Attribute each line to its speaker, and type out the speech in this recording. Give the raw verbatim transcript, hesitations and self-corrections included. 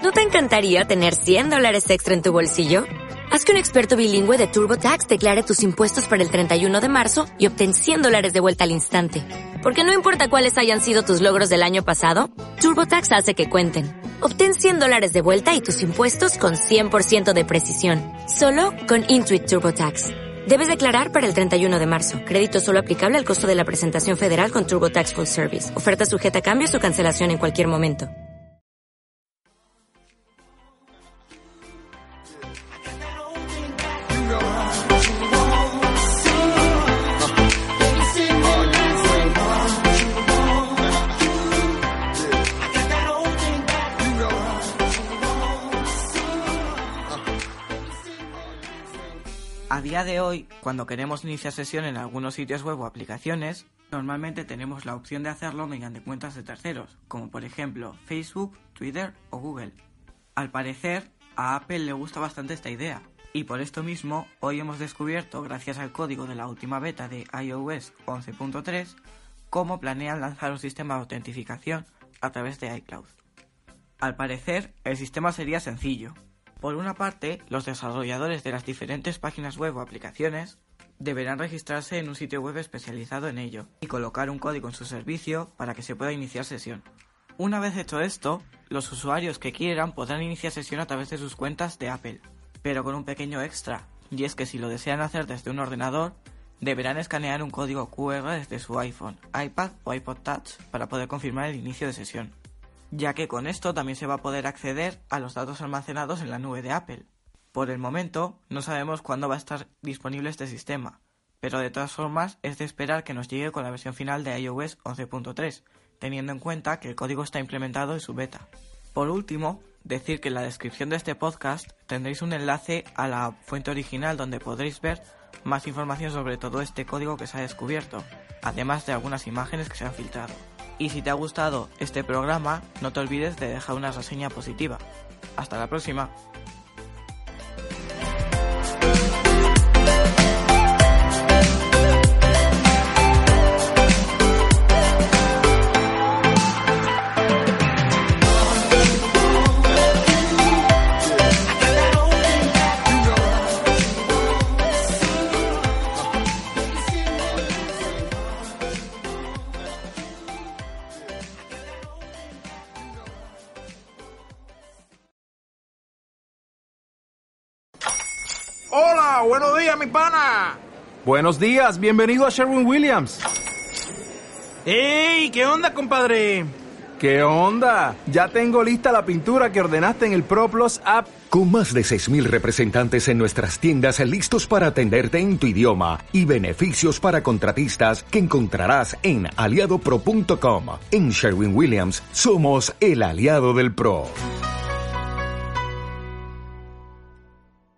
Speaker 1: ¿No te encantaría tener cien dólares extra en tu bolsillo? Haz que un experto bilingüe de TurboTax declare tus impuestos para el treinta y uno de marzo y obtén cien dólares de vuelta al instante. Porque no importa cuáles hayan sido tus logros del año pasado, TurboTax hace que cuenten. Obtén cien dólares de vuelta y tus impuestos con cien por ciento de precisión. Solo con Intuit TurboTax. Debes declarar para el treinta y uno de marzo. Crédito solo aplicable al costo de la presentación federal con TurboTax Full Service. Oferta sujeta a cambios o cancelación en cualquier momento.
Speaker 2: A día de hoy, cuando queremos iniciar sesión en algunos sitios web o aplicaciones, normalmente tenemos la opción de hacerlo mediante cuentas de terceros, como por ejemplo Facebook, Twitter o Google. Al parecer, a Apple le gusta bastante esta idea, y por esto mismo, hoy hemos descubierto, gracias al código de la última beta de iOS once punto tres, cómo planean lanzar un sistema de autentificación a través de iCloud. Al parecer, el sistema sería sencillo. Por una parte, los desarrolladores de las diferentes páginas web o aplicaciones deberán registrarse en un sitio web especializado en ello y colocar un código en su servicio para que se pueda iniciar sesión. Una vez hecho esto, los usuarios que quieran podrán iniciar sesión a través de sus cuentas de Apple, pero con un pequeño extra, y es que si lo desean hacer desde un ordenador, deberán escanear un código cu erre desde su iPhone, iPad o iPod Touch para poder confirmar el inicio de sesión, ya que con esto también se va a poder acceder a los datos almacenados en la nube de Apple. Por el momento, no sabemos cuándo va a estar disponible este sistema, pero de todas formas es de esperar que nos llegue con la versión final de iOS once punto tres, teniendo en cuenta que el código está implementado en su beta. Por último, decir que en la descripción de este podcast tendréis un enlace a la fuente original donde podréis ver más información sobre todo este código que se ha descubierto, además de algunas imágenes que se han filtrado. Y si te ha gustado este programa, no te olvides de dejar una reseña positiva. Hasta la próxima.
Speaker 3: Hola, buenos días, mi pana.
Speaker 4: Buenos días, bienvenido a Sherwin-Williams.
Speaker 3: ¡Ey! ¿Qué onda, compadre?
Speaker 4: ¿Qué onda? Ya tengo lista la pintura que ordenaste en el ProPlus app.
Speaker 5: Con más de seis mil representantes en nuestras tiendas listos para atenderte en tu idioma y beneficios para contratistas que encontrarás en aliado pro punto com. En Sherwin-Williams somos el aliado del pro.